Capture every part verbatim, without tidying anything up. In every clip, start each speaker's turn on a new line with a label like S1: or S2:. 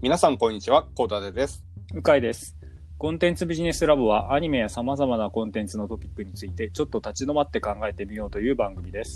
S1: 皆さんこんにちは、コウタテです。
S2: 向井です。コンテンツビジネスラボはアニメや様々なコンテンツのトピックについてちょっと立ち止まって考えてみようという番組です。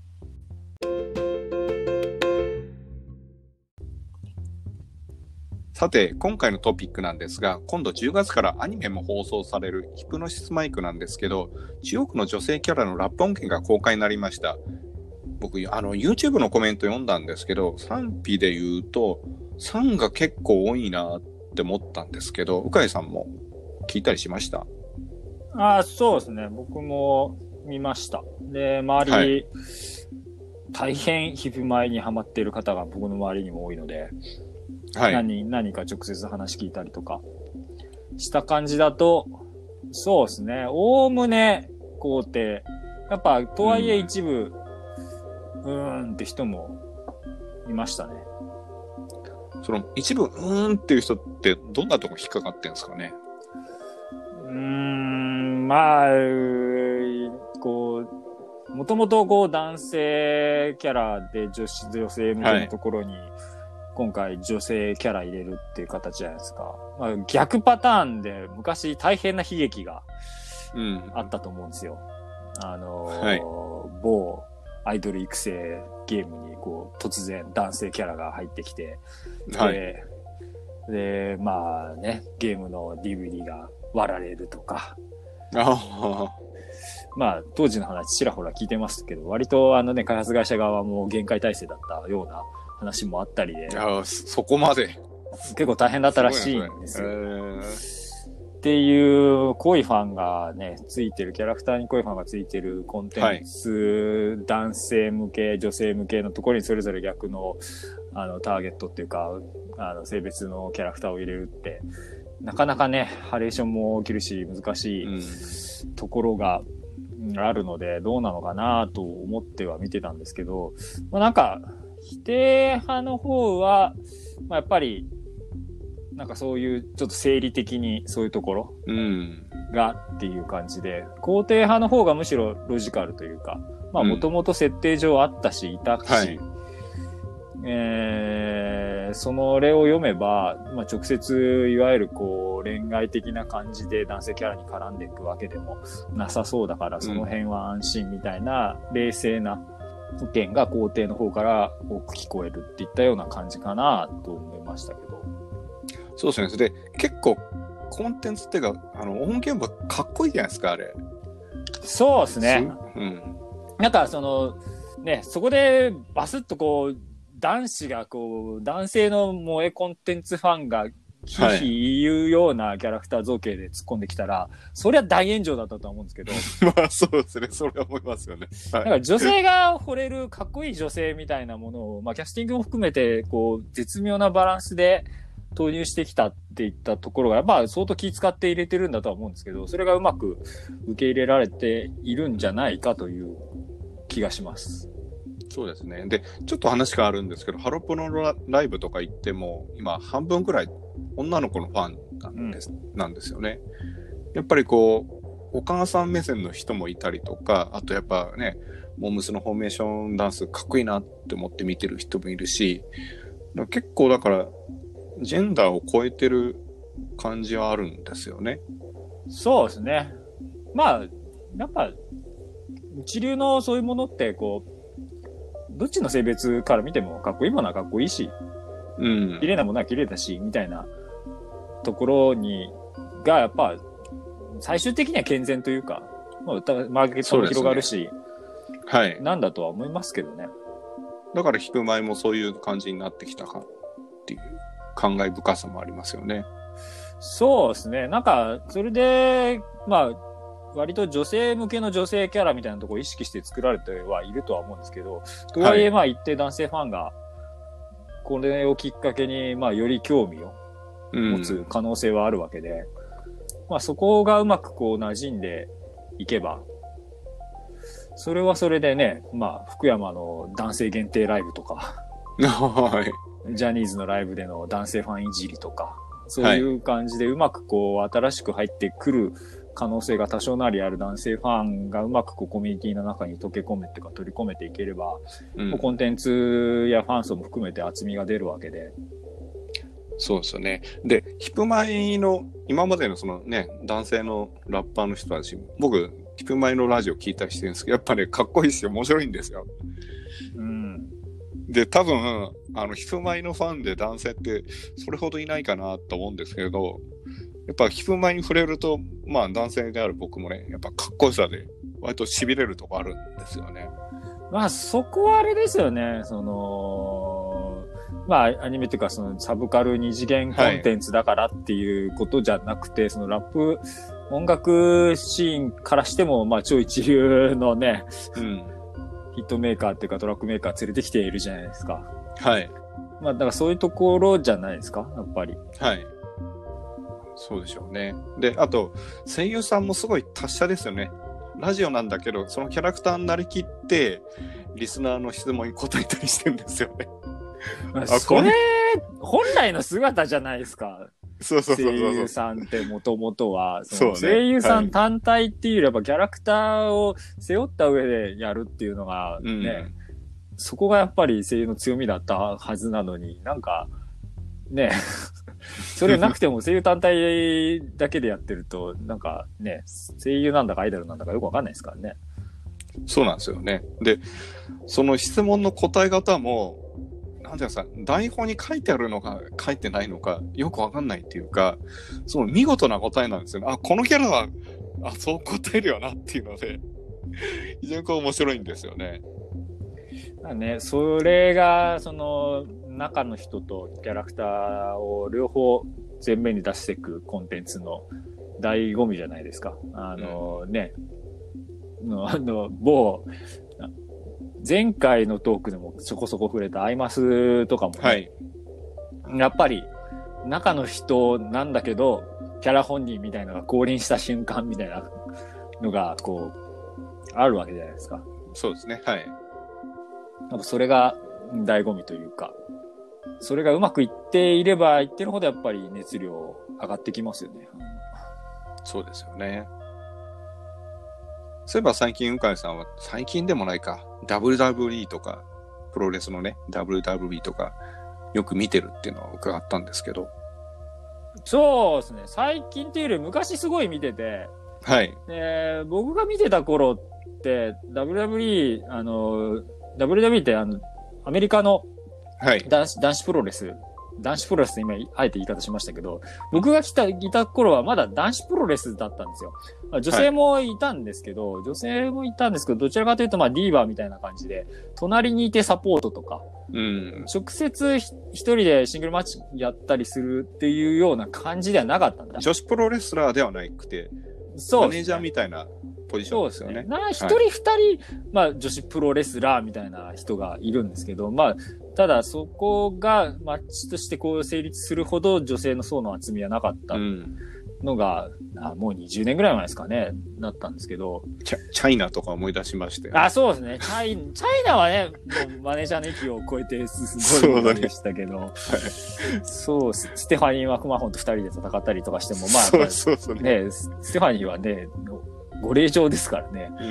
S1: さて、今回のトピックなんですが、今度じゅうがつからアニメも放送されるヒプノシスマイクなんですけど、中国の女性キャラのラップ音源が公開になりました。僕、あの YouTube のコメント読んだんですけど、賛否で言うとさんが結構多いなって思ったんですけど、鵜飼さんも聞いたりしました？
S2: ああ、そうですね。僕も見ました。で、周り、はい、大変ヒプマイにハマっている方が僕の周りにも多いので、はい、何, 何か直接話聞いたりとかした感じだと、そうですね。おおむね肯定。やっぱ、とはいえ一部、うん、うーんって人もいましたね。
S1: その一部うーんっていう人ってどんなとこ引っかかってんですかね？
S2: うーん、まあ、こう、もともとこう男性キャラで女子、女性向けのところに、はい、今回女性キャラ入れるっていう形じゃないですか。まあ、逆パターンで昔大変な悲劇があったと思うんですよ。うん、あのーはい、某アイドル育成ゲームにこう突然男性キャラが入ってきて、はい、で、で、まあね、ゲームの ディーブイディー が割られるとか。あまあ当時の話ちらほら聞いてますけど、割とあのね、開発会社側はもう限界体制だったような話もあったりで、
S1: あそこまで
S2: 結構大変だったらしいんですよ。っていう濃いファンがねついてる、キャラクターに濃いファンがついてるコンテンツ、はい、男性向け女性向けのところにそれぞれ逆のあのターゲットっていうか、あの性別のキャラクターを入れるってなかなかねハレーションも起きるし難しいところがあるので、どうなのかなと思っては見てたんですけど、まあ、なんか否定派の方は、まあ、やっぱりなんかそういうちょっと生理的にそういうところがっていう感じで、うん、肯定派の方がむしろロジカルというか、まあもともと設定上あったしいたし、はい、えー、その例を読めば、まあ、直接いわゆるこう恋愛的な感じで男性キャラに絡んでいくわけでもなさそうだから、その辺は安心みたいな冷静な意見が肯定の方から多く聞こえるっていったような感じかなと思いましたけど。
S1: そうですね。で、結構コンテンツっていうか、あの音源もかっこいいじゃないですか、あれ。
S2: そうですね。うん。なんかそのね、そこでバスッとこう男子がこう男性の萌えコンテンツファンがひいひい言うようなキャラクター造形で突っ込んできたら、はい、そりゃ大炎上だったと思うんですけど。
S1: まあそうですね。それは思いますよね。
S2: はい、だから女性が惚れるかっこいい女性みたいなものを、まあキャスティングも含めてこう絶妙なバランスで投入してきたっていったところが、まあ相当気使って入れてるんだとは思うんですけど、それがうまく受け入れられているんじゃないかという気がします。
S1: そうですね。で、ちょっと話があるんですけど、ハロプロのライブとか行っても、今半分くらい女の子のファンなんです、うん、なんですよね。やっぱりこう、お母さん目線の人もいたりとか、あとやっぱね、モームスのフォーメーションダンスかっこいいなって思って見てる人もいるし、結構だから、ジェンダーを超えてる感じはあるんですよね。
S2: そうですね。まあ、やっぱ、一流のそういうものって、こう、どっちの性別から見てもかっこいいものはかっこいいし、うん、綺麗なものは綺麗だし、みたいなところに、が、やっぱ、最終的には健全というか、まあ、マーケットも広がるし、ね、はい。なんだとは思いますけどね。
S1: だから、ヒプマイもそういう感じになってきたかっていう感慨深さもありますよね。
S2: そうですね。なんか、それで、まあ、割と女性向けの女性キャラみたいなところを意識して作られてはいるとは思うんですけど、とはいえ、まあ一定男性ファンが、これをきっかけに、まあより興味を持つ可能性はあるわけで、うん、まあそこがうまくこう馴染んでいけば、それはそれでね、まあ福山の男性限定ライブとか、はい、ジャニーズのライブでの男性ファンいじりとか、そういう感じでうまくこう新しく入ってくる可能性が多少なりある男性ファンがうまくこうコミュニティの中に溶け込めっていうか取り込めていければ、うん、コンテンツやファン層も含めて厚みが出るわけで、
S1: そうですよね。で、ヒップマイの、今までのそのね、男性のラッパーの人たち、僕、ヒップマイのラジオ聞いたりしてるんですけど、やっぱね、かっこいいし面白いんですよ。
S2: うん。
S1: で、多分、あの、ヒップマイのファンで男性ってそれほどいないかなと思うんですけど、やっぱヒップマイに触れると、まあ男性である僕もね、やっぱかっこよさで、割と痺れるとこあるんですよね。
S2: まあそこはあれですよね、その、まあアニメっていうかそのサブカル二次元コンテンツだからっていうことじゃなくて、はい、そのラップ、音楽シーンからしても、まあ超一流のね、うん、ヒットメーカーっていうかトラックメーカー連れてきているじゃないですか。
S1: はい。
S2: まあだからそういうところじゃないですか、やっぱり。
S1: はい。そうでしょうね。で、あと、声優さんもすごい達者ですよね。ラジオなんだけど、そのキャラクターになりきって、リスナーの質問に答えたりしてるんですよね。
S2: あ、それ、本来の姿じゃないですか。
S1: そうそうそうそう。
S2: 声優さんってもともとは、
S1: そうね、
S2: 声優さん単体っていうよりやっぱキャラクターを背負った上でやるっていうのがね、うん、そこがやっぱり声優の強みだったはずなのに、なんか、ねそれなくても声優単体だけでやってると、なんかね、声優なんだかアイドルなんだかよくわかんないですからね。
S1: そうなんですよね。で、その質問の答え方も、なんていうかさ、台本に書いてあるのか書いてないのかよくわかんないっていうか、その見事な答えなんですよね。あ、このキャラは、あ、そう答えるよなっていうので、非常にこう面白いんですよね。
S2: ね、それが、その、中の人とキャラクターを両方前面に出していくコンテンツの醍醐味じゃないですか。あの、うん、ね、の、あの、某、前回のトークでもそこそこ触れたアイマスとかもね、はい、やっぱり中の人なんだけど、キャラ本人みたいなのが降臨した瞬間みたいなのが、こう、あるわけじゃないですか。
S1: そうですね。はい。
S2: やっぱそれが醍醐味というか、それがうまくいっていればいってるほどやっぱり熱量上がってきますよね。
S1: そうですよね。そういえば最近、うかいさんは、最近でもないか、ダブリューダブリューイー とか、プロレスのね、ダブリューダブリューイー とか、よく見てるっていうのは伺ったんですけど。
S2: そうですね。最近っていうより昔すごい見てて、
S1: はい。
S2: で、僕が見てた頃って、ダブリューダブリューイー、あの、ダブリューダブリューイー ってあの、アメリカの男子、はい、男子プロレス、男子プロレスって今、あえて言い方しましたけど、僕が来た、いた頃はまだ男子プロレスだったんですよ。女性もいたんですけど、はい、女性もいたんですけど、どちらかというとまあディーバーみたいな感じで、隣にいてサポートとか、うん、直接一人でシングルマッチやったりするっていうような感じではなかったんだ。
S1: 女子プロレスラーではなくて、そう、ね、マネージャーみたいなポジションですよね。そうですね。な、一人二人、はい、まあ女子プロレスラーみたいな人がいるんですけど、まあ、ただそこがマッチとしてこう成立するほど女性の層の厚みはなかったのが、うん、あもうにじゅうねんぐらい前ですかね、だったんですけど。 チャ、チャイナとか思い出しましたよ、ね。
S2: あ、そうですね。チャイ、チャイナはね、もうマネージャーの域を超えてすごいものでしたけど。そう、ねはい、ステファニー・マクマホンと二人で戦ったりとかしても、まあ、
S1: そうそうそうね、
S2: ね、ステファニーはね、ご令嬢ですからね。うん、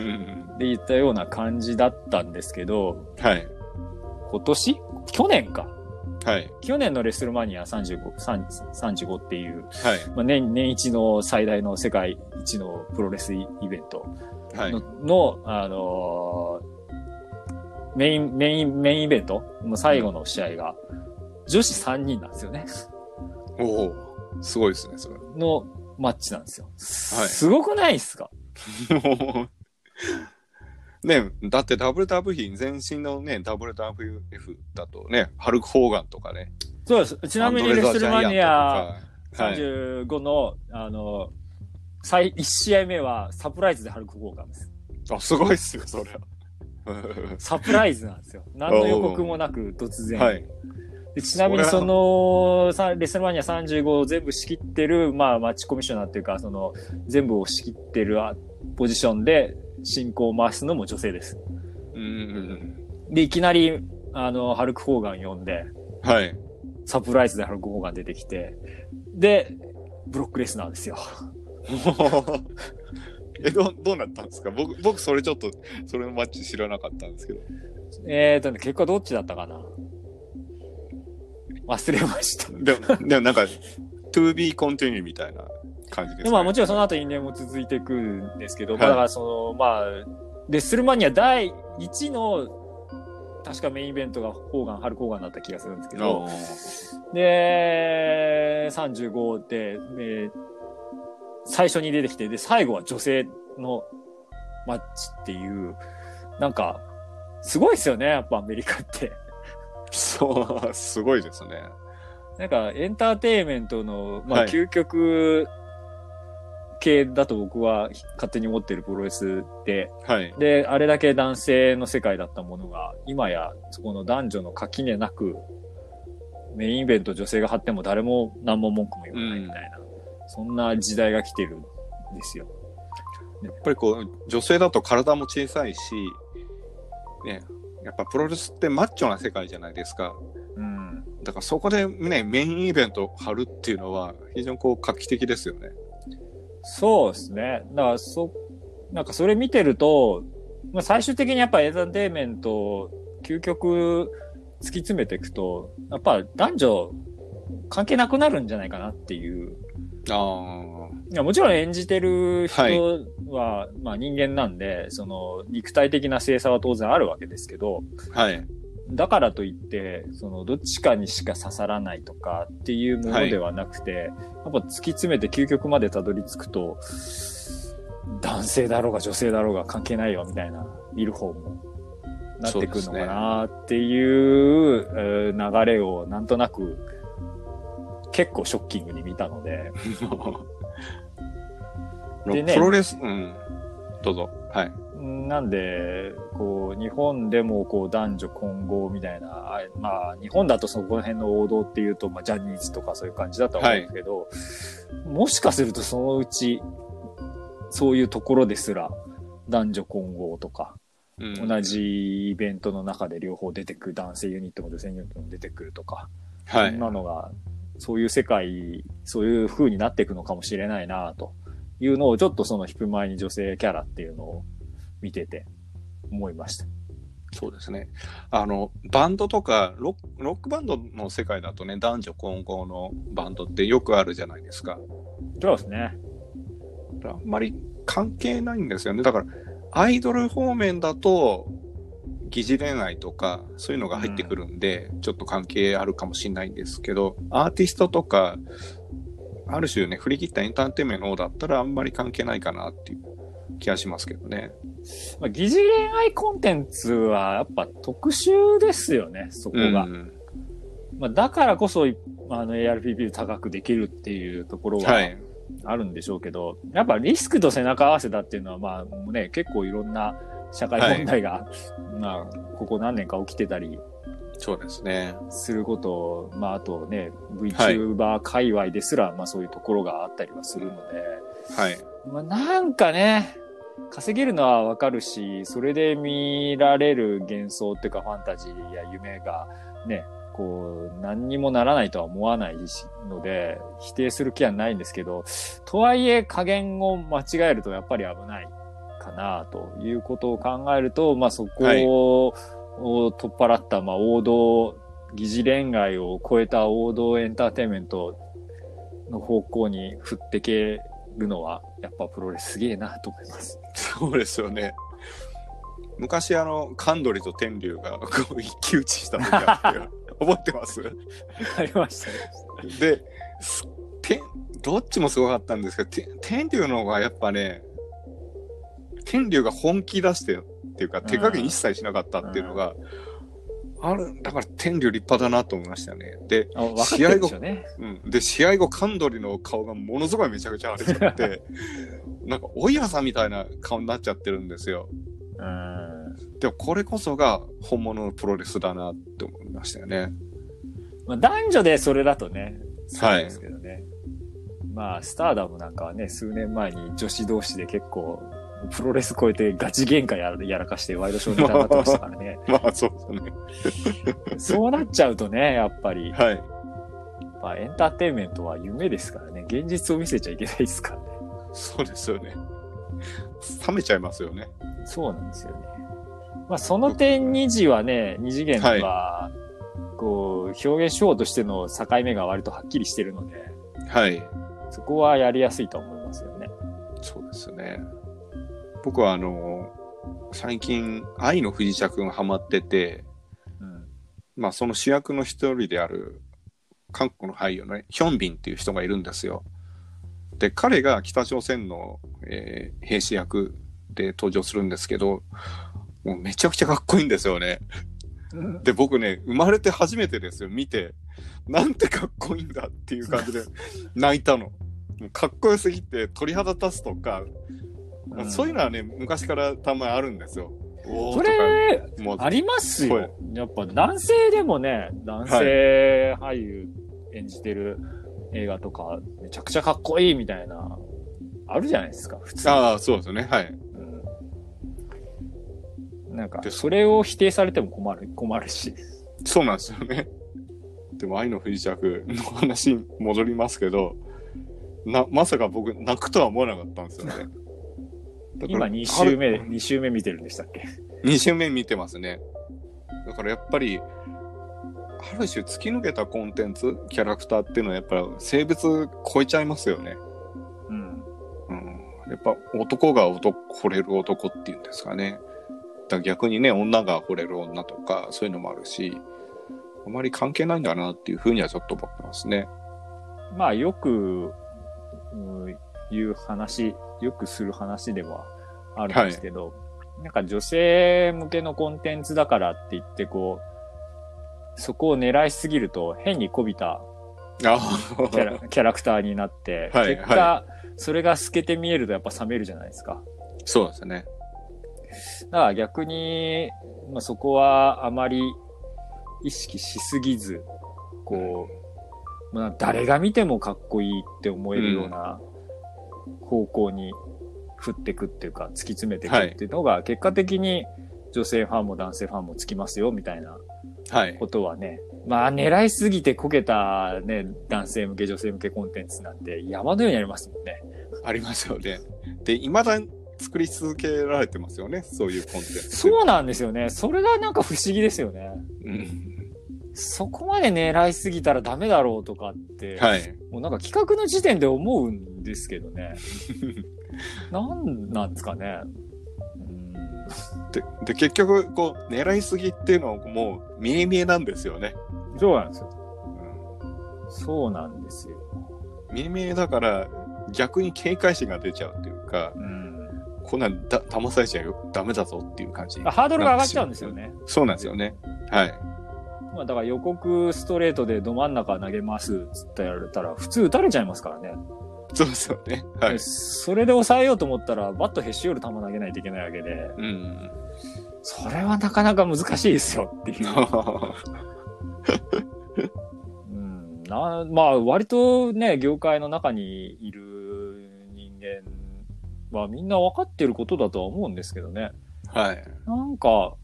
S2: で、言ったような感じだったんですけど、
S1: はい。
S2: 今年去年か。
S1: はい。
S2: 去年のレッスルマニアさんじゅうご、さんじゅうごっていう、
S1: はい。
S2: まあ、年、年一の最大の世界一のプロレスイベントの、はい、のあのー、メイン、メイン、メインイベントの最後の試合が、女子さんにんなんですよね。
S1: おお、すごいですね、それ。
S2: のマッチなんですよ。はい。すごくないっすか
S1: ね、だって ダブリューダブリューイー 前身のね ダブリューダブリューエフ だとねハルク・ホーガンとかね。
S2: そうです。ちなみにレッスルマニアさんじゅうごの、はい、あの最いち試合目はサプライズでハルク・ホーガンです。
S1: あ、すごいっすよそれは。
S2: サプライズなんですよ。何の予告もなく突然。はい。でちなみにそのレッスルマニアさんじゅうごを全部仕切ってるまあマッチコミッショナーっていうかその全部を仕切ってるポジションで。進行を回すのも女性です。うん。で、いきなり、あの、ハルク・ホーガン呼んで、
S1: はい。
S2: サプライズでハルク・ホーガン出てきて、で、ブロックレスナーですよ。
S1: え、ど、どうなったんですか？僕、僕、それちょっと、それのマッチ知らなかったんですけど。
S2: えーとね、結果どっちだったかな？ 忘れました。
S1: でも、でもなんか、to be continue みたいな感じですね。
S2: でまあもちろんその後因縁も続いていくんですけど、
S1: はい
S2: まあだからその、まあ、レッスルマニアだいいちの、確かメインイベントがホーガン、ハルク・ホーガンだった気がするんですけど、で、さんじゅうごで、えー最初に出てきて、で、最後は女性のマッチっていう、なんか、すごいですよね、やっぱアメリカって。
S1: そう、すごいですね。
S2: なんか、エンターテインメントの、まあ、
S1: はい
S2: 究極系だと僕は勝手に思ってるプロレスで、
S1: はい。
S2: で、あれだけ男性の世界だったものが、今やそこの男女の垣根なく、メインイベント女性が張っても誰も何も文句も言わないみたいな、うん、そんな時代が来てるんですよ。
S1: やっぱりこう、女性だと体も小さいし、ね、やっぱプロレスってマッチョな世界じゃないですか。
S2: うん。
S1: だからそこでね、メインイベントを張るっていうのは非常にこう画期的ですよね。
S2: そうですね。だからそ、なんかそれ見てると、まあ、最終的にやっぱエンターテインメントを究極突き詰めていくと、やっぱ男女関係なくなるんじゃないかなっていう。
S1: ああ。
S2: いやもちろん演じてる人は、はい、まあ人間なんで、その肉体的な性差は当然あるわけですけど、
S1: はい。
S2: だからといって、そのどっちかにしか刺さらないとかっていうものではなくて、はい、やっぱ突き詰めて究極までたどり着くと、男性だろうが女性だろうが関係ないよみたいな、見る方もなってくるのかなっていう、えー、流れをなんとなく結構ショッキングに見たので。
S1: でね、プロレス、うん。どうぞ。はい。
S2: なんで、こう、日本でもこう男女混合みたいな、まあ、日本だとそこら辺の王道っていうと、まあ、ジャニーズとかそういう感じだとは思うんですけど、はい、もしかするとそのうち、そういうところですら、男女混合とか、うん、同じイベントの中で両方出てくる、男性ユニットも女性ユニットも出てくるとか、はい、そんなのが、そういう世界、そういう風になっていくのかもしれないなというのを、ちょっとその引く前に女性キャラっていうのを見てて思いました。
S1: そうですね。あの、バンドとかロック、ロックバンドの世界だとね、男女混合のバンドってよくあるじゃないですか。
S2: そうですね。
S1: あんまり関係ないんですよね。だから、アイドル方面だと、疑似恋愛とか、そういうのが入ってくるんで、うん、ちょっと関係あるかもしれないんですけど、アーティストとか、ある種ね、振り切ったエンターテインメントの方だったらあんまり関係ないかなっていう気がしますけどね。
S2: まあ、疑似恋愛コンテンツはやっぱ特殊ですよね、そこが。うんまあ、だからこそ、あの エーアールピーピー 高くできるっていうところはあるんでしょうけど、はい、やっぱリスクと背中合わせだっていうのはまあね、結構いろんな社会問題が、はい、まあ、ここ何年か起きてたり、
S1: そうですね。
S2: することを、まあ、あとね、VTuber 界隈ですら、はい、まあそういうところがあったりはするので、
S1: はい。
S2: まあなんかね、稼げるのはわかるし、それで見られる幻想っていうかファンタジーや夢がね、こう、何にもならないとは思わないので、否定する気はないんですけど、とはいえ加減を間違えるとやっぱり危ないかなということを考えると、まあそこを、を取っ払った、まあ王道、疑似恋愛を超えた王道エンターテインメントの方向に振ってけるのは、やっぱプロレスすげえなと思います。
S1: そうですよね。昔あの、カンドリと天竜がこう一騎打ちした時あって覚えてます
S2: ありましたね。
S1: で、てどっちもすごかったんですけど、天竜の方がやっぱね、天竜が本気出してっていうか手加減一切しなかったっていうのが、ある、だから天竜立派だなと思いましたよね。で、試合後、うん。で、試合後、カンドリの顔がものすごいめちゃくちゃ荒れちゃって、なんか、おいらさんみたいな顔になっちゃってるんですよ。うんでも、これこそが本物のプロレスだなって思いましたよね。
S2: まあ、男女でそれだとね、そうですけどね。はい、まあ、スターダムなんかはね、数年前に女子同士で結構、プロレス超えてガチ喧嘩やらやらかしてワイドショーネタになってましたからね。
S1: まあそうですね。
S2: そうなっちゃうとね、やっぱり。
S1: はい。
S2: まあエンターテインメントは夢ですからね。現実を見せちゃいけないですからね。
S1: そうですよね。冷めちゃいますよね。
S2: そうなんですよね。まあその点に次はね、二次元は、はこう、表現手法としての境目が割とはっきりしてるので、
S1: はい。
S2: そこはやりやすいと思いますよね。
S1: そうですね。僕はあの、最近、愛の不時着がハマってて、うん、まあその主役の一人である、韓国の俳優のね、ヒョンビンっていう人がいるんですよ。で、彼が北朝鮮の、えー、兵士役で登場するんですけど、もうめちゃくちゃかっこいいんですよね。で、僕ね、生まれて初めてですよ、見て。なんてかっこいいんだっていう感じで泣いたの。もうかっこよすぎて鳥肌立つとか、うん、そういうのはね、昔からたまにあるんですよ。
S2: それ、ありますよ。やっぱ男性でもね、男性俳優演じてる映画とか、めちゃくちゃかっこいいみたいな、あるじゃないですか、普通。
S1: ああ、そうですよね、はい。
S2: うん、なんか、それを否定されても困る、困るし。
S1: そうなんですよね。でも愛の不時着の話に戻りますけど、な、まさか僕泣くとは思わなかったんですよね。
S2: 今に週目、に週目見てるんでしたっけ？
S1: に 週目見てますね。だからやっぱり、ある種突き抜けたコンテンツ、キャラクターっていうのはやっぱ性別超えちゃいますよね。うん。うん。やっぱ男が男、惚れる男っていうんですかね。だから逆にね、女が惚れる女とか、そういうのもあるし、あまり関係ないんだなっていうふうにはちょっと思ってますね。
S2: まあよく、うん、言う話、よくする話ではあるんですけど、はい、なんか女性向けのコンテンツだからって言ってこう、そこを狙いすぎると変にこびたキャラ、キャラクターになって、はい、結果、はい、それが透けて見えるとやっぱ冷めるじゃないですか。
S1: そうですね。
S2: だから逆に、まあ、そこはあまり意識しすぎず、こう、まあ、誰が見てもかっこいいって思えるような方向に振っていくっていうか、突き詰めていくっていうのが、結果的に女性ファンも男性ファンもつきますよ、みたいなことはね。はい、まあ、狙いすぎてこけたね、男性向け、女性向けコンテンツなんて山のようにありますもんね。
S1: ありますよね。で、未だに作り続けられてますよね、そういうコンテンツ。
S2: そうなんですよね。それがなんか不思議ですよね。うん。そこまで狙いすぎたらダメだろうとかって、はい、もうなんか企画の時点で思うんですけどね。なんなんですかね。うん
S1: で、で結局こう狙いすぎっていうのはもう見え見えなんですよね。
S2: そうなんですよ。うん、そうなんですよ。
S1: 見え見えだから逆に警戒心が出ちゃうっていうか、うん、こんなんだ騙されちゃうよ、ダメだぞっていう感じ。
S2: ハードルが上がっちゃうんですよね。
S1: そうなんですよね。はい。
S2: まあだから予告ストレートでど真ん中投げますつってやられたら普通打たれちゃいますからね。
S1: そうですよね。はい。
S2: それで抑えようと思ったらバットへし折る球投げないといけないわけで。うん。それはなかなか難しいですよっていう。うん、なまあ割とね、業界の中にいる人間はみんな分かってることだとは思うんですけどね。
S1: はい。
S2: なんか、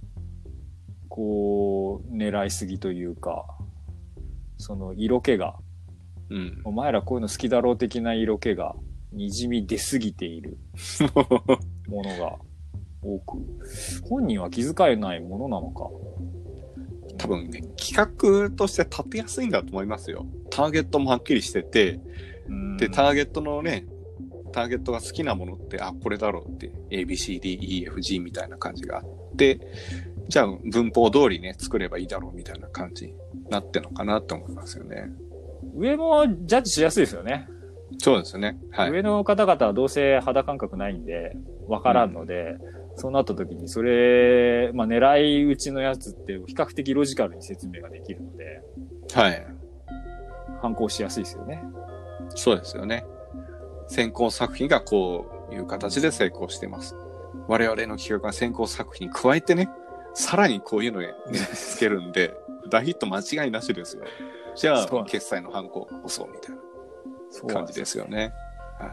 S2: こう、狙いすぎというか、その色気が、うん、お前らこういうの好きだろう的な色気が、にじみ出すぎているものが多く、本人は気づかれないものなのか。
S1: 多分ね、企画として立てやすいんだと思いますよ。ターゲットもはっきりしてて、で、ターゲットのね、ターゲットが好きなものって、あ、これだろうって、エービーシーディーイーエフジー みたいな感じがあって、じゃあ文法通りね、作ればいいだろうみたいな感じになってるのかなと思いますよね。
S2: 上もジャッジしやすいですよね。
S1: そうですね。はい。
S2: 上の方々はどうせ肌感覚ないんで、わからんので、うん、そうなった時にそれ、まあ狙い撃ちのやつって比較的ロジカルに説明ができるので、
S1: はい。
S2: 反抗しやすいですよね。
S1: そうですよね。先行作品がこういう形で成功しています。我々の企画が先行作品に加えてね、さらにこういうのをつけるんで、大ヒット間違いなしですよ。じゃあ、決済のハンコを押そうみたいな感じですよね。はい、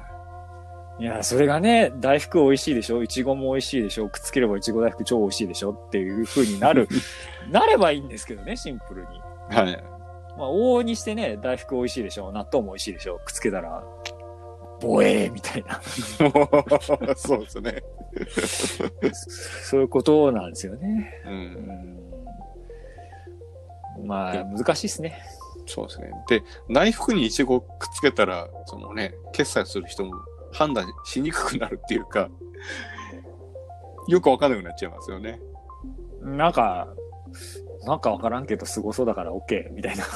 S2: いや、それがね、大福美味しいでしょ、いちごも美味しいでしょ、くっつければいちご大福超美味しいでしょっていう風になる、なればいいんですけどね、シンプルに。はい。まあ、往々にしてね、大福美味しいでしょ、納豆も美味しいでしょ、くっつけたら、ボエーみたいな。
S1: そうですね。
S2: そういうことなんですよね。うん。 まあ、難しいですね。
S1: そうですね。で、内服にイチゴくっつけたら、そのね、決済する人も判断しにくくなるっていうか、よくわかんなくなっちゃいますよね。
S2: なんか、なんかわからんけど、すごそうだから OK みたいな。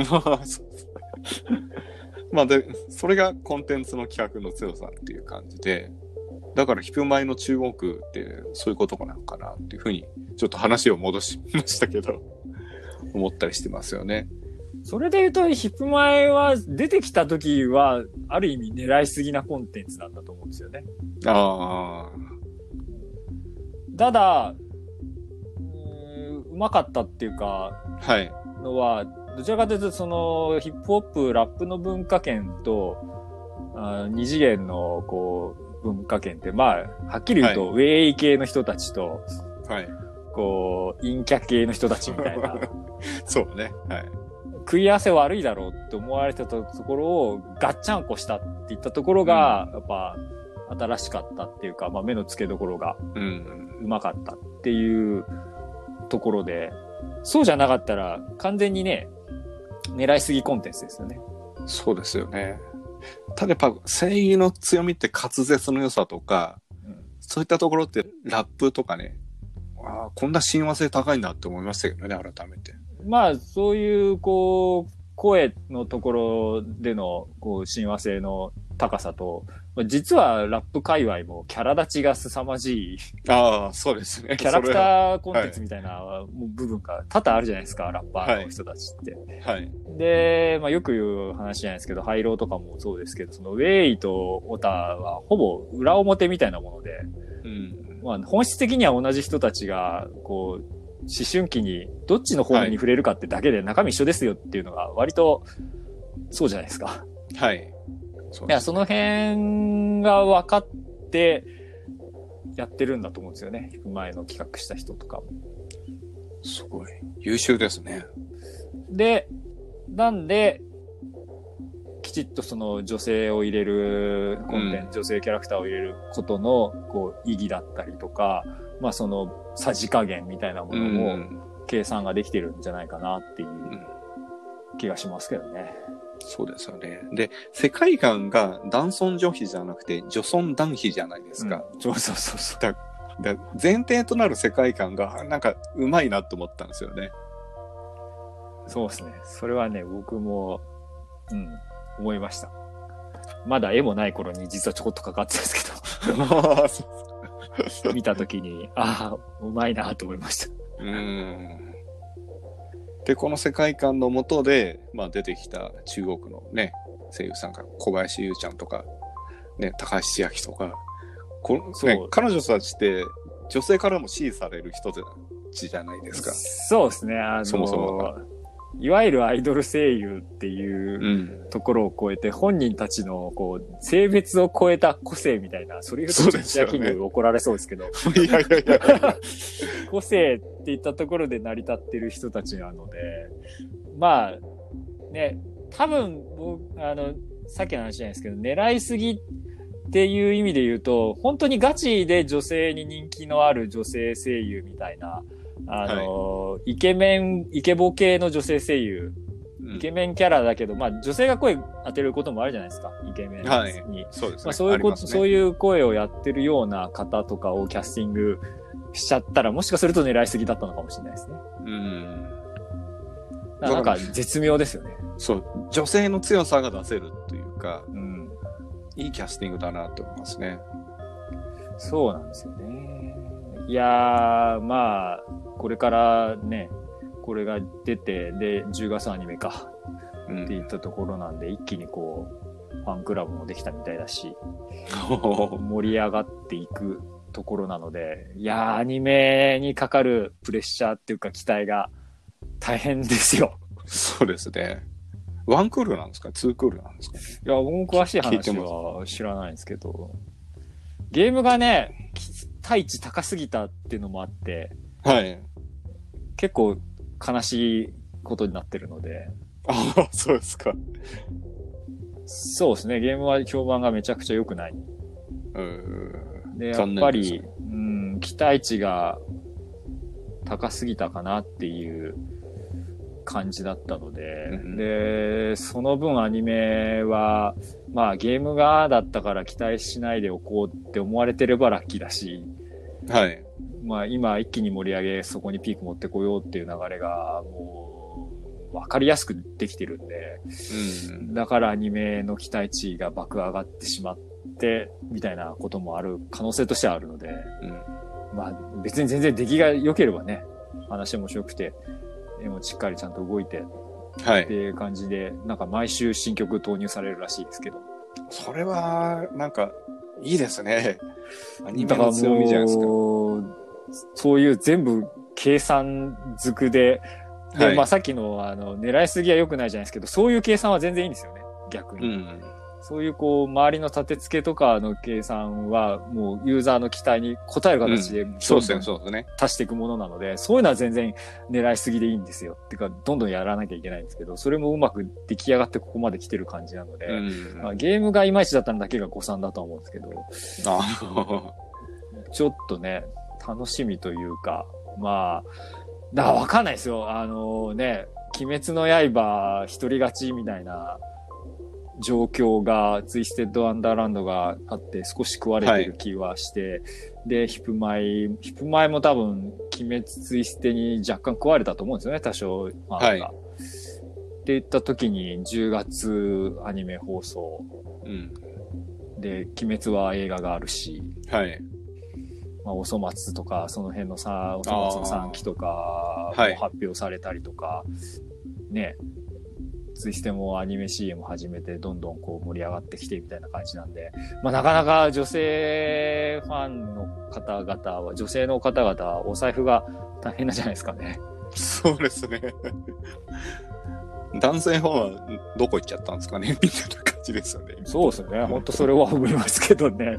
S1: まあで、それがコンテンツの企画の強さっていう感じで、だからヒップマイの中国ってそういうことなのかなっていうふうに、ちょっと話を戻しましたけど、思ったりしてますよね。
S2: それで言うと、ヒップマイは出てきた時は、ある意味狙いすぎなコンテンツなんだと思うんですよね。
S1: ああ。
S2: ただ、うまかったっていうか、
S1: はい。
S2: のは、どちらかというと、その、ヒップホップ、ラップの文化圏と、あ二次元の、こう、文化圏って、まあ、はっきり言うと、はい、ウェイ系の人たちと、
S1: はい。
S2: こう、陰キャ系の人たちみたいな。
S1: そうね。はい。
S2: 食い合わせ悪いだろうって思われてたところをガッチャンコしたって言ったところが、うん、やっぱ新しかったっていうか、まあ目の付けどころがうまかったっていうところで、そうじゃなかったら完全にね、狙いすぎコンテンツですよね。
S1: そうですよね。ただやっぱ正義の強みって滑舌の良さとか、うん、そういったところってラップとかね、あ、こんな親和性高いんだって思いましたけどね、改めて。
S2: まあ、そういう、こう、声のところでの、こう、親和性の高さと、実はラップ界隈もキャラ立ちが凄まじい。
S1: ああ、そうですね。
S2: キャラクターコンテンツみたいな部分が多々あるじゃないですか、ラッパーの人たちって。
S1: はい。はい、
S2: で、まあよく言う話じゃないですけど、ハイローとかもそうですけど、そのウェイとオタはほぼ裏表みたいなもので、うん、まあ本質的には同じ人たちが、こう、思春期にどっちの方面に触れるかってだけで中身一緒ですよっていうのが割とそうじゃないですか。
S1: はい。
S2: そうですね、いや、その辺が分かってやってるんだと思うんですよね。前の企画した人とかも。
S1: すごい。優秀ですね。
S2: で、なんで、きちっとその女性を入れるコンテンツ、うん、女性キャラクターを入れることのこう意義だったりとか、まあそのさじ加減みたいなものも計算ができてるんじゃないかなっていう気がしますけどね。
S1: うん、そうですよね。で、世界観が男尊女卑じゃなくて女尊男卑じゃないですか。
S2: うん、そうそうそうそう。
S1: だだ前提となる世界観がなんかうまいなと思ったんですよね。
S2: そうですね。それはね、僕も、うん、思いました。まだ絵もない頃に実はちょこっとかかってたんですけど。見たときに、ああ、うまいなと思いました。
S1: うん。で、この世界観の下で、まあ出てきた中国のね、声優さんが小林優ちゃんとか、ね、高橋千秋とか、このね、彼女たちって女性からも支持される人たちじゃないですか。
S2: そうですね。あのー、そもそもが。いわゆるアイドル声優っていうところを超えて、うん、本人たちのこう性別を超えた個性みたいな、それ言うと千秋に怒られそうですけど、いやいやいや個性っていったところで成り立ってる人たちなので、まあね、多分僕あのさっきの話じゃないですけど、狙いすぎっていう意味で言うと、本当にガチで女性に人気のある女性声優みたいな。あの、はい、イケメン、イケボ系の女性声優、うん、イケメンキャラだけど、まあ女性が声当てることもあるじゃないですか、イケメンに。
S1: はい、そうですね。
S2: まあそういうこと、ね、そういう声をやってるような方とかをキャスティングしちゃったら、もしかすると狙いすぎだったのかもしれないですね。うん。なんか絶妙ですよね。
S1: そう、女性の強さが出せるというか、うん、いいキャスティングだなと思いますね。
S2: そうなんですよね。いやー、まあ、これからね、これが出て、で、じゅうがつアニメか、っていったところなんで、うん、一気にこう、ファンクラブもできたみたいだし、盛り上がっていくところなので、いやー、アニメにかかるプレッシャーっていうか期待が大変ですよ。
S1: そうですね。ワンクールなんですか？ツークールなんですかね？
S2: いや、僕も詳しい話は知らないんですけど、ゲームがね、期待値高すぎたっていうのもあって、
S1: はい。
S2: 結構悲しいことになってるので。
S1: ああ、そうですか。
S2: そうですね。ゲームは評判がめちゃくちゃ良くない。
S1: うーん。
S2: で、やっぱり、うん、期待値が高すぎたかなっていう感じだったので、
S1: うん、
S2: で、その分アニメは、まあゲームがだったから期待しないでおこうって思われてればラッキーだし、
S1: はい。
S2: まあ今一気に盛り上げ、そこにピーク持ってこようっていう流れがもう分かりやすくできてるんで、うん、だからアニメの期待値が爆上がってしまって、みたいなこともある可能性としてはあるので、うん、まあ別に全然出来が良ければね、話面白くて、絵もしっかりちゃんと動いて、はい。っていう感じで、なんか毎週新曲投入されるらしいですけど。
S1: それは、なんか、いいですね。アニメの強みじゃないですか。
S2: そういう全部計算づくで、で、はい、まあさっきのあの、狙いすぎは良くないじゃないですけど、そういう計算は全然いいんですよね。逆に。うん、そういうこう、周りの立て付けとかの計算は、もうユーザーの期待に応える形で、うん、
S1: そうですね、そうですね。
S2: 足していくものなので、そういうのは全然狙いすぎでいいんですよ。ってか、どんどんやらなきゃいけないんですけど、それもうまく出来上がってここまで来てる感じなので、うんまあ、ゲームがいまいちだったのだけが誤算だと思うんですけど、あちょっとね、楽しみというか、まあ、だからわかんないですよ。あのね、鬼滅の刃一人勝ちみたいな状況が、ツイステッドアンダーランドがあって少し食われてる気はして、はい、で、ヒップマイ、ヒップマイも多分、鬼滅ツイステに若干食われたと思うんですよね、多少。まあ、はい。って言った時にじゅうがつアニメ放送。うん。で、鬼滅は映画があるし。はい。まあ、おそ松とか、その辺のさ、おそ松のさんきとかも発表されたりとか、はい、ね、ツイステもアニメ シーエム 始めてどんどんこう盛り上がってきてみたいな感じなんで、まあなかなか女性ファンの方々は、女性の方々はお財布が大変なんじゃないですかね。
S1: そうですね。男性ファンはどこ行っちゃったんですかねみたいな感じですよね。
S2: そうですね。本当それは思いますけどね。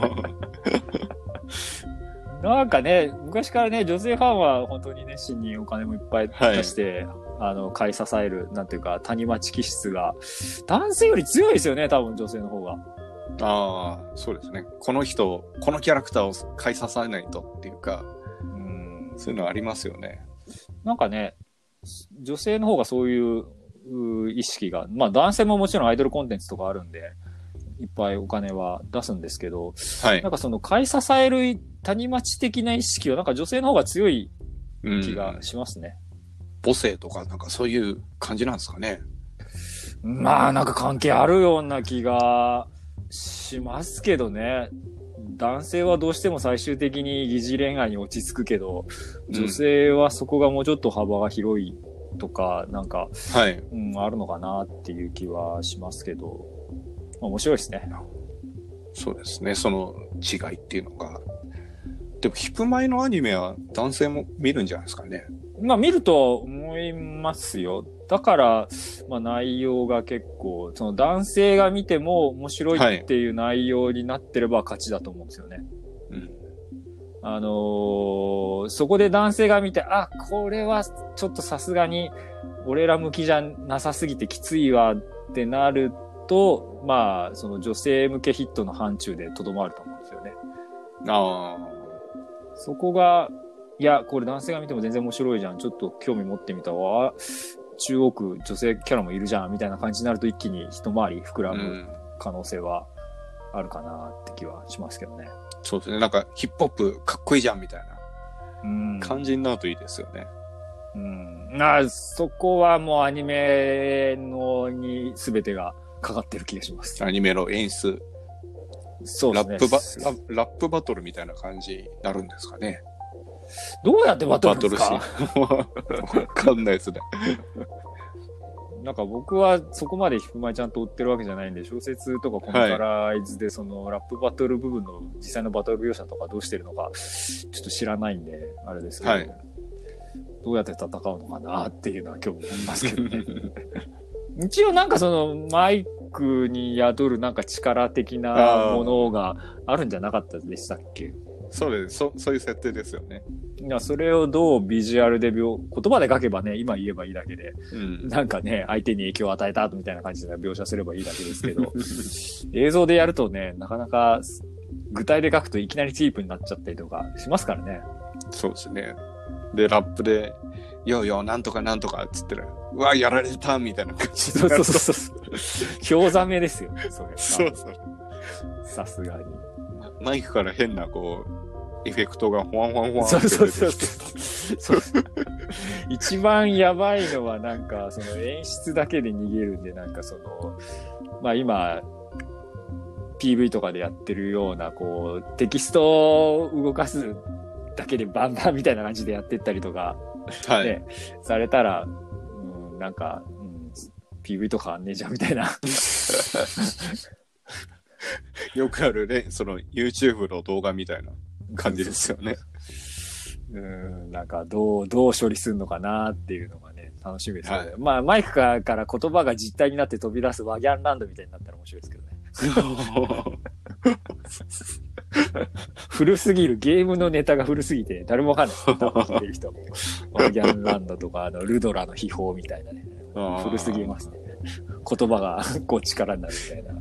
S2: なんかね、昔からね、女性ファンは本当に熱心にお金もいっぱい出して、はい、あの、買い支える、なんていうか、谷町気質が、男性より強いですよね、多分女性の方が。
S1: ああ、そうですね。この人、このキャラクターを買い支えないとっていうか、うん、そういうのありますよね。
S2: なんかね、女性の方がそういう意識が、まあ男性ももちろんアイドルコンテンツとかあるんで、いっぱいお金は出すんですけど、はい、なんかその買い支える谷町的な意識はなんか女性の方が強い気がしますね。
S1: 母性とかなんかそういう感じなんですかね。
S2: まあなんか関係あるような気がしますけどね。男性はどうしても最終的に疑似恋愛に落ち着くけど、女性はそこがもうちょっと幅が広いとか、なんか、はい、うん、あるのかなっていう気はしますけど、面白いですね。
S1: そうですね、その違いっていうのが。でもヒップマイのアニメは男性も見るんじゃないですかね。
S2: まあ見ると思いますよ。だから、まあ内容が結構、その男性が見ても面白いっていう内容になってれば勝ちだと思うんですよね。はい、うん。あのー、そこで男性が見て、あ、これはちょっとさすがに俺ら向きじゃなさすぎてきついわってなると、まあ、その女性向けヒットの範疇でとどまると思うんですよね。ああ。そこが、いや、これ男性が見ても全然面白いじゃん。ちょっと興味持ってみたわ。中国女性キャラもいるじゃん。みたいな感じになると一気に一回り膨らむ可能性はあるかなって気はしますけどね。
S1: うん、そうですね。なんかヒップホップかっこいいじゃんみたいな感じになるといいですよね。
S2: うん。うん、あそこはもうアニメのに全てがかかってる気がします。
S1: アニメの演出。そうですね。ラップバラ、ラップバトルみたいな感じになるんですかね。
S2: どうやってバトルですか？
S1: わかんないですね。
S2: なんか僕はそこまでヒップマイちゃんと追ってるわけじゃないんで、小説とかコミカライズでそのラップバトル部分の実際のバトル描写とかどうしてるのかちょっと知らないんで、あれですけど、はい、どうやって戦うのかなっていうのは興味ありますけどね。一応なんかそのマイクに宿るなんか力的なものがあるんじゃなかったでしたっけ？
S1: そうです。そ、そういう設定ですよね。
S2: いや、それをどうビジュアルで描、言葉で書けばね、今言えばいいだけで、うん、なんかね、相手に影響を与えたみたいな感じで描写すればいいだけですけど、映像でやるとね、なかなか具体で書くといきなりチープになっちゃったりとかしますからね。
S1: そうですね。で、ラップで、ようようなんとかなんとかっつってる。 うわ、やられたみたいな感じ。
S2: そうそうそうそう。興ざめですよ、それ。
S1: そうそう。
S2: さすがに。
S1: マイクから変な、こう、エフェクトがホワンホワンホワンって
S2: 出てきて。そうそうそうそう。一番やばいのはなんか、その演出だけで逃げるんで、なんかその、まあ今、ピーブイ とかでやってるような、こう、テキストを動かすだけでバンバンみたいな感じでやってったりとか、
S1: はい。
S2: ね、されたら、うん、なんか、うん、ピーブイ とかあんねえじゃんみたいな。
S1: よくあるね、その YouTube の動画みたいな感じですよね。
S2: うん、なんかどう、どう処理するのかなっていうのがね、楽しみですけど、ね、
S1: はい、
S2: まあ、マイクからから言葉が実体になって飛び出すワギャンランドみたいになったら面白いですけどね。古すぎる、ゲームのネタが古すぎて、誰もわかんない。多分知ってる人も。ワギャンランドとか、あの、ルドラの秘宝みたいなね。古すぎますね。言葉がこう力になるみたいな。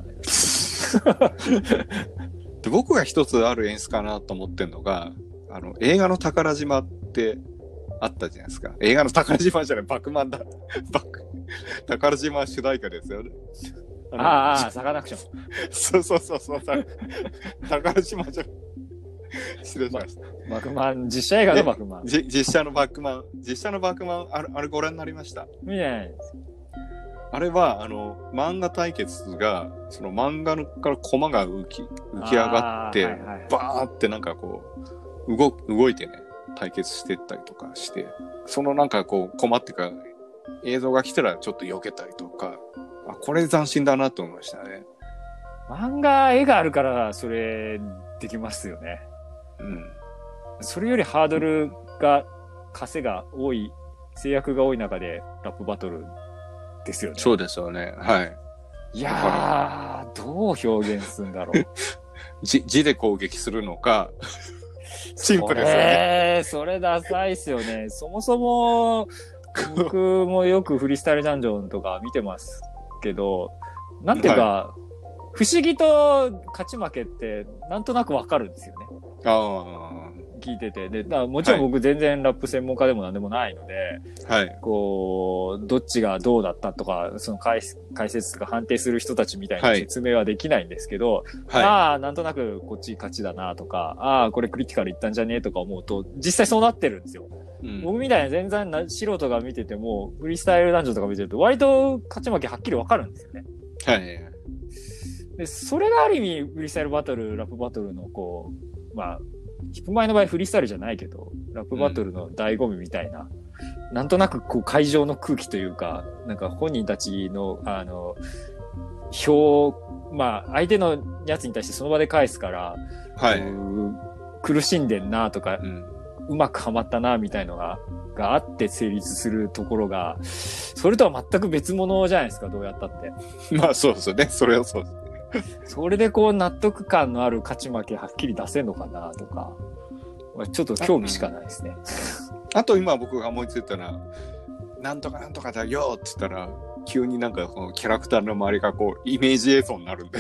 S1: で僕が一つある演出かなと思ってるのが、あの、映画の宝島ってあったじゃないですか。映画の宝島じゃない、バクマンだ。バク、宝島主題歌ですよね。
S2: ああ、サカナクション。
S1: そうそうそうそう。宝島じゃ、失礼しました。
S2: バクマン、実写映画のバクマン。
S1: 実写のバクマン、実写のバクマン、あれ、あれご覧になりました？
S2: 見ないです。
S1: あれは、あの、漫画対決が、その漫画からコマが浮き、浮き上がって、はいはい、バーってなんかこう、動、動いてね、対決してったりとかして、そのなんかこう、コマっていうか、映像が来たらちょっと避けたりとか、あ、これ斬新だなと思いましたね。
S2: 漫画、絵があるから、それ、できますよね。
S1: うん。そ
S2: れよりハードルが、枷が多い、制約が多い中で、ラップバトルですよね。
S1: そうですよね。はい。
S2: いやー、どう表現するんだろう。
S1: 字、字で攻撃するのか、シンプルですよね。
S2: えー、それダサいっすよね。そもそも、僕もよくフリースタイルダンジョンとか見てますけど、なんていうか、はい、不思議と勝ち負けってなんとなくわかるんですよね。
S1: ああ。
S2: 聞いてて。で、だもちろん僕全然ラップ専門家でもなんでもないので、はい。こう、どっちがどうだったとか、その解解説とか判定する人たちみたいな説明はできないんですけど、はい、ああ、なんとなくこっち勝ちだなとか、ああ、これクリティカルいったんじゃねえとか思うと、実際そうなってるんですよ。うん、僕みたいな全然な素人が見てても、フリースタイルダンジョンとか見てると、割と勝ち負けはっきりわかるんですよね。
S1: はい。
S2: で、それがある意味、フリースタイルバトル、ラップバトルのこう、まあ、ヒップマイの場合フリースタイルじゃないけど、ラップバトルの醍醐味みたいな、うん、なんとなくこう会場の空気というか、なんか本人たちの、あの、表、まあ、相手のやつに対してその場で返すから、はい。苦しんでんなとか、うん、うまくはまったなみたいのが、があって成立するところが、それとは全く別物じゃないですか、どうやったって。
S1: まあそうですよね。それはそうです。
S2: それでこう納得感のある勝ち負けはっきり出せんのかなとか、ちょっと興味しかないですね。
S1: あ, あと今僕が思いついたら、なんとかなんとかだよって言ったら、急になんかこのキャラクターの周りがこうイメージ映像になるんです。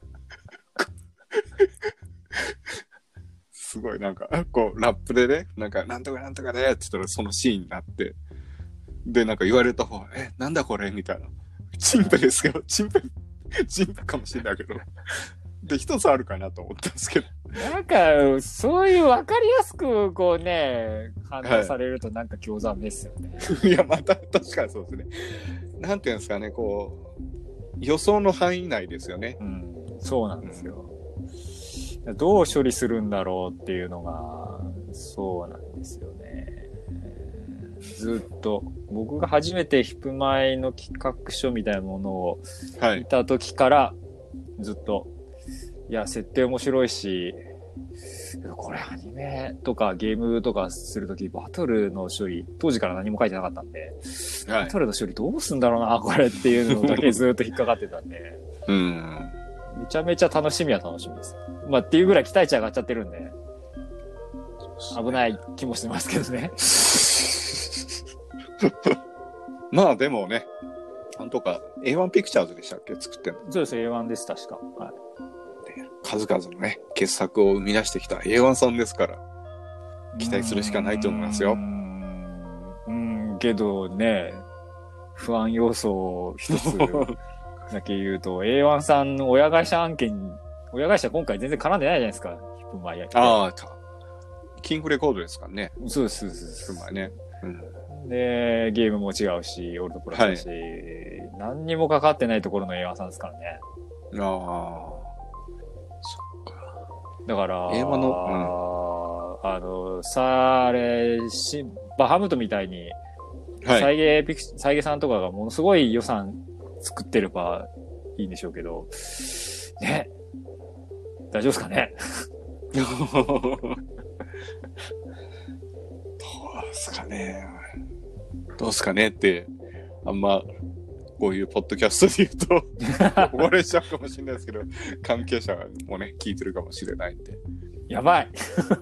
S1: すごいなんか、こうラップでね、なんかなんとかなんとかでって言ったらそのシーンになって、でなんか言われた方、え、なんだこれみたいな。チンペですけど、チンペ。チンプかもしれないけど。で、一つあるかなと思ったんですけど。
S2: なんか、そういう分かりやすく、こうね、反応されるとなんか興ざめですよね。
S1: はい、いや、また、確かにそうですね。なんていうんですかね、こう、予想の範囲内ですよね。
S2: うん、そうなんですよ。うん、どう処理するんだろうっていうのが、そうなんですよね。ずっと僕が初めてヒップマイの企画書みたいなものを見た時からずっと、いや設定面白いし、これアニメとかゲームとかするときバトルの処理当時から何も書いてなかったんで、はい、バトルの処理どうすんだろうなこれっていうのだけずっと引っかかってたんで、うん、めちゃめちゃ楽しみは楽しみです。まあっていうぐらい期待値上がっちゃってるんで危ない気もしてますけどね。
S1: まあでもね、なんとか エーワン ピクチャーズでしたっけ作ってんの。
S2: そうです、エーワン です確か。はい。
S1: で数々のね傑作を生み出してきた エーワン さんですから期待するしかないと思いますよ。うー
S2: ん、うーんけどね、 不安要素を一つだけ言うと、エーワン さんの親会社案件、親会社今回全然絡んでないじゃないですか。ヒップマイヤー。
S1: ああ、キングレコードですからね。
S2: そうです、そうです。
S1: ヒップマイね。うん、
S2: で、ゲームも違うし、オールドプラスだし、はい、何にもかかってないところの エーワン さんですからね。
S1: ああ、そっか。
S2: だから、
S1: エーワン の、
S2: うん、あの、さあれ、し、バハムトみたいに、はい、再現ピク、再現さんとかがものすごい予算作ってればいいんでしょうけど、ね、大丈夫ですかね。
S1: どうですかね。どうですかねって、あんま、こういうポッドキャストで言うと、怒られちゃうかもしれないですけど、関係者もね、聞いてるかもしれないんで。
S2: やばい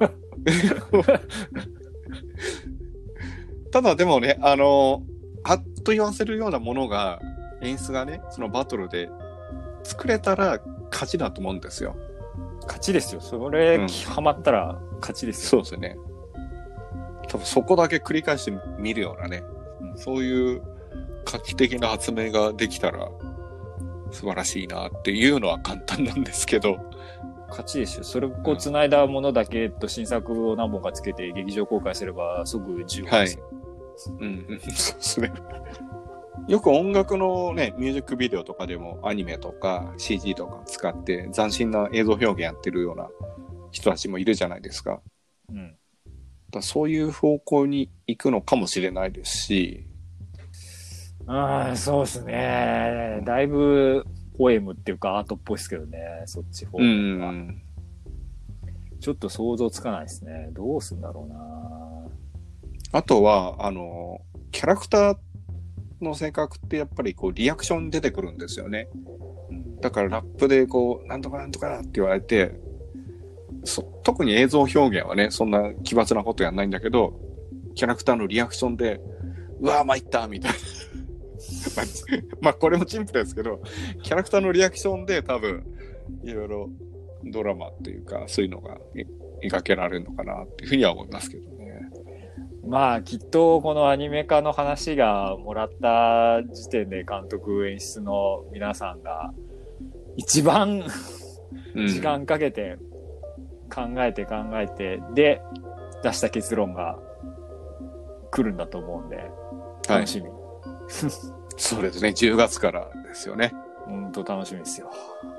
S1: ただでもね、あの、はっと言わせるようなものが、演出がね、そのバトルで作れたら勝ちだと思うんですよ。
S2: 勝ちですよ。それ、うん、ハマったら勝ちです
S1: よ。そうですよね。多分そこだけ繰り返して見るようなね、うん、そういう画期的な発明ができたら素晴らしいなっていうのは簡単なんですけど。
S2: 勝ちですよ。それを繋いだものだけと新作を何本かつけて劇場公開すれば即じゅうごですよ。はい。
S1: うん、うん、そうですね。よく音楽のね、ミュージックビデオとかでもアニメとか シージー とか使って斬新な映像表現やってるような人たちもいるじゃないですか。うん。だそういう方向に行くのかもしれないですし。
S2: ああ、そうですね。だいぶポエムっていうかアートっぽいですけどね、そっち方面は。うん、ちょっと想像つかないですね。どうすんだろうな。
S1: あとは、あの、キャラクターの性格ってやっぱりこうリアクション出てくるんですよね。だからラップでこう、なんとかなんとかって言われて、そ特に映像表現はね、そんな奇抜なことやんないんだけど、キャラクターのリアクションで、うわぁ、参ったみたいな。まあ、これもシンプルですけど、キャラクターのリアクションで多分、いろいろドラマっていうか、そういうのが描けられるのかなっていうふうには思いますけどね。
S2: まあ、きっとこのアニメ化の話がもらった時点で監督演出の皆さんが一番時間かけて考えて考えて、で出した結論が来るんだと思うんで、楽しみ。はい、
S1: そうですね、じゅうがつからですよね。
S2: ほんと楽しみですよ。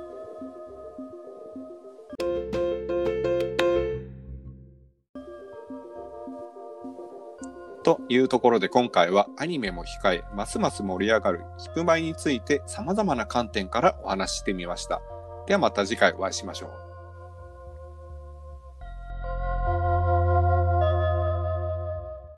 S1: というところで今回はアニメも控えますます盛り上がるヒップマイについて様々な観点からお話ししてみました。ではまた次回お会いしましょう。